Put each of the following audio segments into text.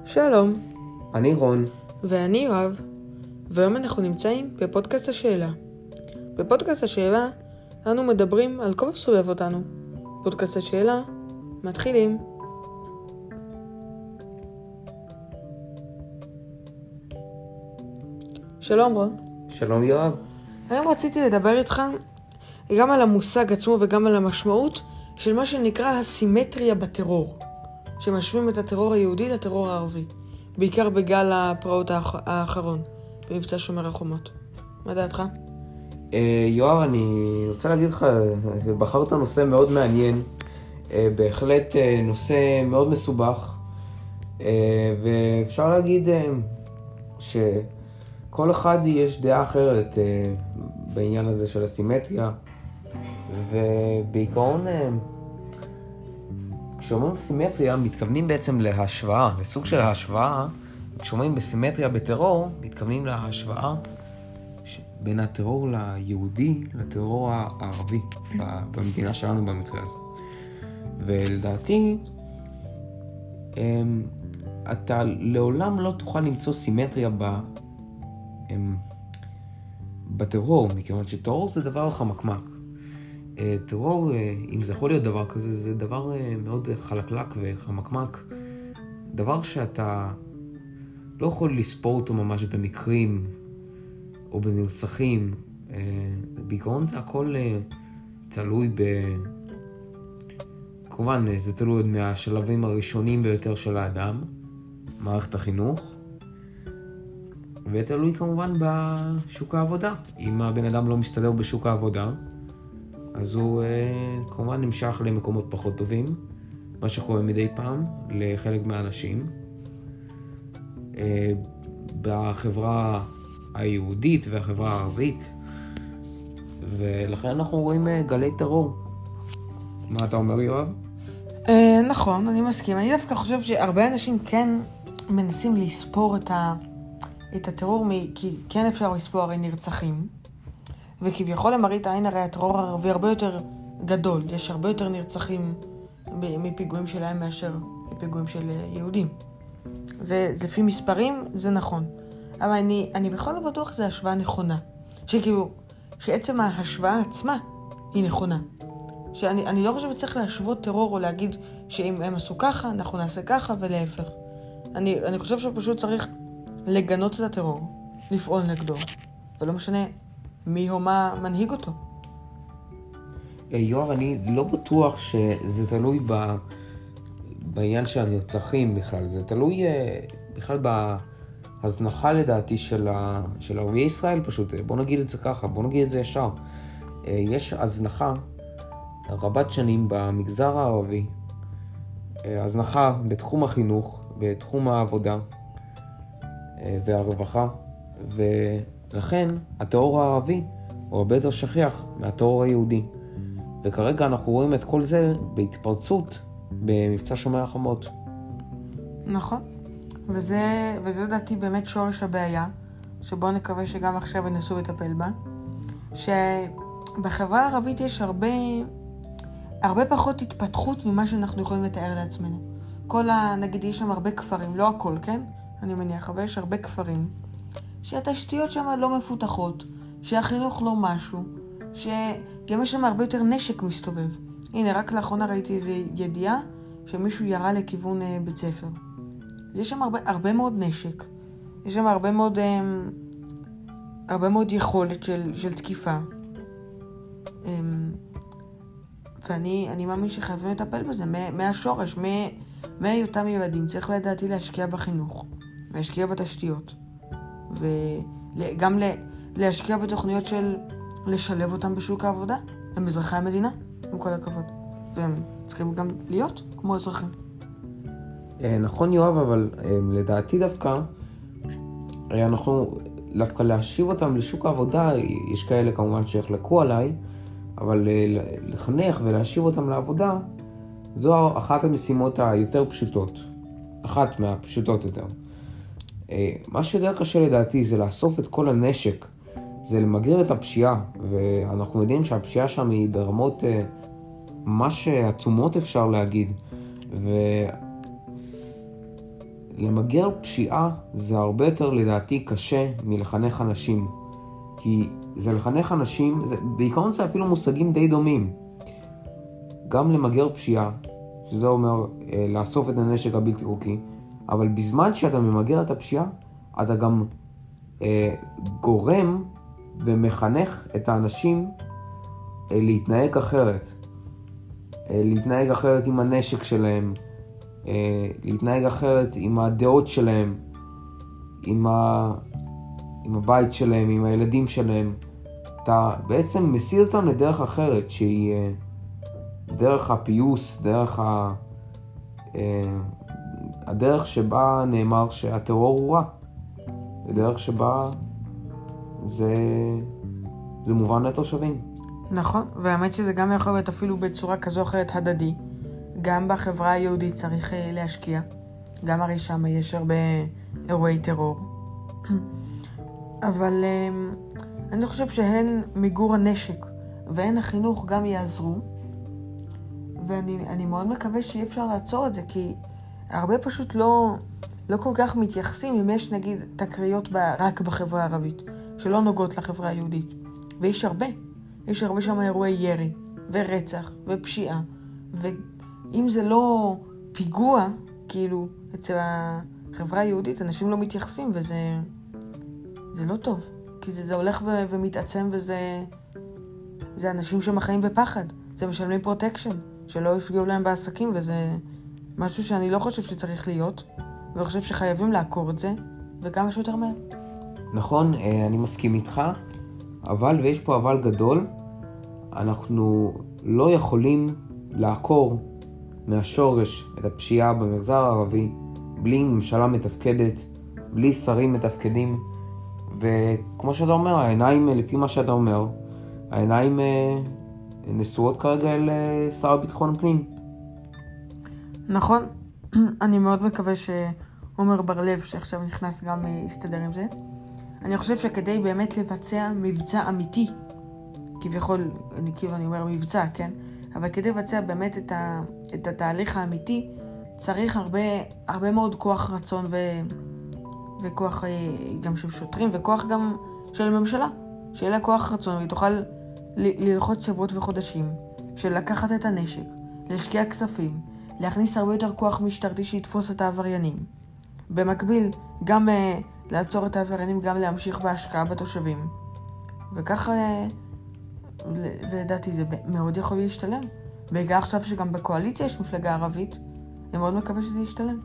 שלום, אני רון. ואני יואב, והיום אנחנו נמצאים בפודקאסט השאלה. בפודקאסט השאלה אנו מדברים על כל הסובב אותנו. פודקאסט השאלה, מתחילים. שלום רון. שלום יואב. היום רציתי לדבר איתך גם על המושג עצמו וגם על המשמעות של מה שנקרא הסימטריה בטרור, שמשווים את הטרור היהודי לטרור הערבי, בעיקר בגל הפרעות האחרון, במבצע שומר החומות. מה דעתך? יואב, אני רוצה להגיד לך, בחרת נושא מאוד מעניין, בהחלט נושא מאוד מסובך, ואפשר להגיד שכל אחד יש דעה אחרת בעניין הזה של הסימטריה, ובעיקרון כשאומרים סימטריה מתכוונים בעצם להשוואה, לסוג של ההשוואה. כשאומרים בסימטריה בטרור מתכוונים להשוואה בין הטרור ליהודי לטרור הערבי במדינה שלנו במקרה הזה. ולדעתי אתה לעולם לא תוכל למצוא סימטריה בטרור, מכיוון שטרור זה דבר חמקמק. טרור, אם זה יכול להיות דבר כזה, זה דבר מאוד חלקלק וחמקמק. דבר שאתה לא יכול לספור אותו ממש במקרים או בנרצחים. בעיקרון זה הכל תלוי כמובן, זה תלוי מהשלבים הראשונים ביותר של האדם, מערכת החינוך, ותלוי כמובן בשוק העבודה. אם הבן אדם לא מסתדר בשוק העבודה, אז הוא כמובן נמשך למקומות פחות טובים, מה שקורה מדי פעם לחלק מהאנשים. בחברה היהודית והחברה הערבית, ולכן אנחנו רואים גלי טרור. מה אתה אומר יואב? נכון, אני מסכים. אני דווקא חושב שהרבה אנשים כן מנסים לספור את הטרור, כי כן אפשר לספור הרי נרצחים, וכביכול למראית העין הרי הטרור הערבי הרבה יותר גדול, יש הרבה יותר נרצחים מפיגועים שלהם מאשר מפיגועים של יהודים. זה לפי מספרים, זה נכון. אבל אני בכל זאת בטוח שזה השוואה נכונה. שעצם ההשוואה עצמה היא נכונה. שאני לא חושב שצריך להשוות טרור או להגיד שאם הם עשו ככה, אנחנו נעשה ככה ולהפך. אני חושב שפשוט צריך לגנות את הטרור, לפעול נגדו, ולא משנה מי או מה מנהיג אותו. יואב, אני לא בטוח שזה תלוי בעניין של הנרצחים בכלל. זה תלוי בכלל בהזנחה לדעתי של ערביי ישראל פשוט. בוא נגיד את זה ככה, בוא נגיד את זה ישר. יש הזנחה רבת שנים במגזר הערבי, הזנחה בתחום החינוך, בתחום העבודה והרווחה, ולכן הטרור הערבי הוא הרבה יותר שכיח מהטרור היהודי. וכרגע אנחנו רואים את כל זה בהתפרצות במבצע שומר החומות. נכון. וזה דעתי באמת שורש הבעיה, שבו נקווה שגם עכשיו ינסו לטפל בה, שבחברה הערבית יש הרבה פחות התפתחות ממה שאנחנו יכולים לתאר לעצמנו. נגיד יש שם הרבה כפרים, לא הכל, כן? אני מניח, אבל יש הרבה כפרים, שהתשתיות שם לא מפותחות, שהחינוך לא משהו, שגם יש שם הרבה יותר נשק מסתובב. הנה, רק לאחרונה ראיתי איזו ידיעה שמישהו ירה לכיוון בית ספר. אז יש שם הרבה מאוד נשק, יש שם הרבה מאוד יכולת של תקיפה. ואני מאמין שחייבים לטפל בזה מהשורש, מהיותם ילדים. צריך לדעתי להשקיע בחינוך, להשקיע בתשתיות, וגם להשקיע בתוכניות של לשלב אותם בשוק העבודה. הם אזרחי המדינה, עם כל הכבוד, והם צריכים גם להיות כמו אזרחים. נכון יואב, אבל לדעתי דווקא אנחנו דווקא להשיב אותם לשוק העבודה, יש כאלה כמובן שיחלקו עליי, אבל לחנך ולהשיב אותם לעבודה זו אחת המשימות היותר פשוטות, אחת מהפשוטות יותר. מה שיותר קשה לדעתי זה לאסוף את כל הנשק, זה למגר את הפשיעה, ואנחנו יודעים שהפשיעה שם היא ברמות ממש עצומות אפשר להגיד, למגר פשיעה זה הרבה יותר לדעתי קשה מלחנך אנשים. כי זה לחנך אנשים, בעיקרון זה אפילו מושגים די דומים. גם למגר פשיעה, שזה אומר לאסוף את הנשק הבלתי חוקי, אבל בזמן שאתה ממגר את הפשיעה, אתה גם גורם ומחנך את האנשים להתנהג אחרת. להתנהג אחרת עם הנשק שלהם, להתנהג אחרת עם הדעות שלהם, עם הבית שלהם, עם הילדים שלהם. אתה בעצם מסיר אותם לדרך אחרת, שהיא דרך הפיוס, הדרך שבה נאמר שהטרור הוא רע. הדרך שבה זה מובן לתושבים. נכון, והאמת שזה גם יכול להיות אפילו בצורה כזו או אחרת הדדי. גם בחברה היהודית צריך להשקיע. גם הרי שם יש הרבה אירועי טרור. אבל אני חושב שהן מיגור הנשק והן החינוך גם יעזרו. ואני מאוד מקווה שאי אפשר לעצור את זה, כי הרבה פשוט לא כל כך מתייחסים אם יש נגיד תקריות רק בחברה הערבית, שלא נוגעות לחברה היהודית. ויש הרבה. יש הרבה שם אירועי ירי ורצח ופשיעה. ואם זה לא פיגוע, כאילו, אצל החברה היהודית, אנשים לא מתייחסים, וזה לא טוב. כי זה הולך ומתעצם, זה אנשים שמחיים בפחד. זה משלמים פרוטקשן, שלא יפגעו להם בעסקים, וזה משהו שאני לא חושב שצריך להיות, ואני חושב שחייבים לעקור את זה, וכמה שיותר מהר. נכון, אני מסכים איתך, ויש פה אבל גדול, אנחנו לא יכולים לעקור מהשורש את הפשיעה במגזר הערבי, בלי ממשלה מתפקדת, בלי שרים מתפקדים, וכמו שאתה אומר, העיניים, לפי מה שאתה אומר, העיניים נשואות כרגע אל שר הביטחון הפנים. נכון, אני מאוד מקווה שעומר בר לב, שעכשיו נכנס, גם יסתדר עם זה. אני חושב שכדי באמת לבצע מבצע אמיתי, כביכול, אני אומר מבצע, כן? אבל כדי לבצע באמת את התהליך האמיתי, צריך הרבה מאוד כוח רצון וכוח גם של שוטרים, וכוח גם של ממשלה, שיהיה לה כוח רצון, והיא תוכל ללחוץ שבועות וחודשים, של לקחת את הנשק, להשקיע כספים, להכניס הרבה יותר כוח משטרתי שיתפוס את העבריינים. במקביל, גם לעצור את העבריינים, גם להמשיך בהשקעה בתושבים. וככה, ולדעתי זה מאוד יכול להשתלם. בעיקר עכשיו שגם בקואליציה יש מפלגה ערבית, אני מאוד מקווה שזה ישתלם.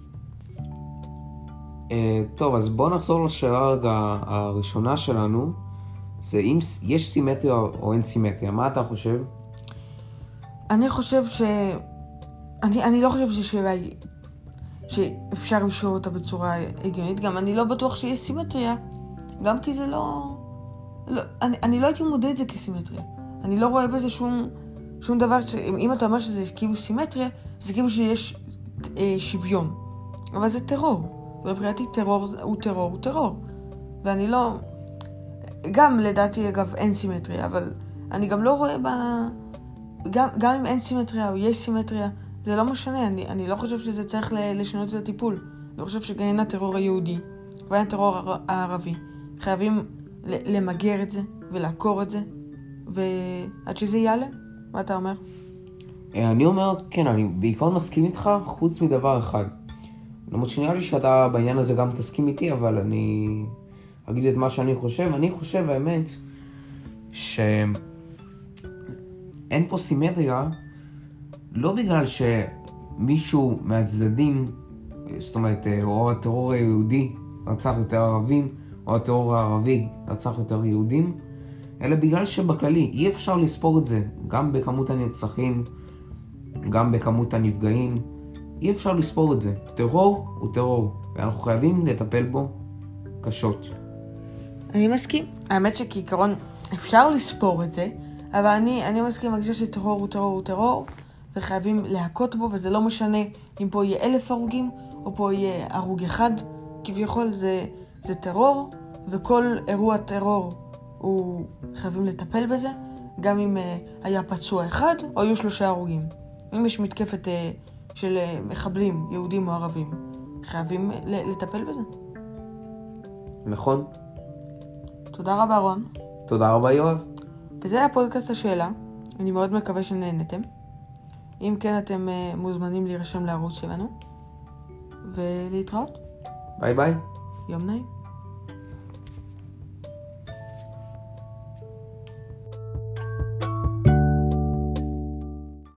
טוב, אז בואו נחזור לשאלה רגע הראשונה שלנו. זה אם יש סימטריה או אין סימטריה. מה אתה חושב? אני חושב אני לא חושב ששאלה שאפשר לשאול אותה בצורה הגיונית. גם אני לא בטוח שיש סימטריה. גם כי זה לא אני לא הייתי מודד את זה כסימטריה. אני לא רואה בזה שום דבר אם אתה אומר שזה כאילו סימטריה, זה כאילו שיש שוויון. אבל זה טרור. ובבחינתי טרור הוא טרור. ואני לא... גם לדעתי אגב אין סימטריה, אבל אני גם לא רואה גם אם אין סימטריה או יש סימטריה, זה לא משנה. אני לא חושב שזה צריך לשנות את הטיפול. אני חושב שגם הטרור היהודי והן הטרור הערבי חייבים למגר את זה ולעקור את זה, ועד שזה יעלה. מה אתה אומר? אני אומר, כן, אני בעיקרון מסכים איתך, חוץ מדבר אחד. למרות שנראה לי שאתה בעניין הזה גם תסכים איתי, אבל אני אגיד את מה שאני חושב. אני חושב, האמת, שאין פה סימטריה, לא בגלל שמישהו מהצדדים, זאת אומרת, או הטרור היהודי רצח יותר ערבים, או הטרור הערבי רצח יותר יהודים, אלא בגלל שבכללי אי אפשר לספור את זה, גם בכמות הנרצחים, גם בכמות הנפגעים, אי אפשר לספור את זה. טרור הוא טרור, ואנחנו חייבים לטפל בו קשות. אני מסכים. האמת שכעיקרון אפשר לספור את זה, אבל אני מסכים, מרגישה שטרור הוא טרור הוא טרור, וחייבים להכות בו, וזה לא משנה אם פה יהיה 1,000 הרוגים, או פה יהיה הרוג אחד, כביכול זה טרור, וכל אירוע טרור הוא חייבים לטפל בזה, גם אם היה פצוע אחד, או היו 3 הרוגים. אם יש מתקפת של מחבלים, יהודים או ערבים, חייבים לטפל בזה. נכון. תודה רבה רון. תודה רבה יואב. וזה היה פודקאסט השאלה. אני מאוד מקווה שנהנתם. אם כן, אתם מוזמנים להירשם לערוץ שלנו. ולהתראות. ביי ביי. יום נעים.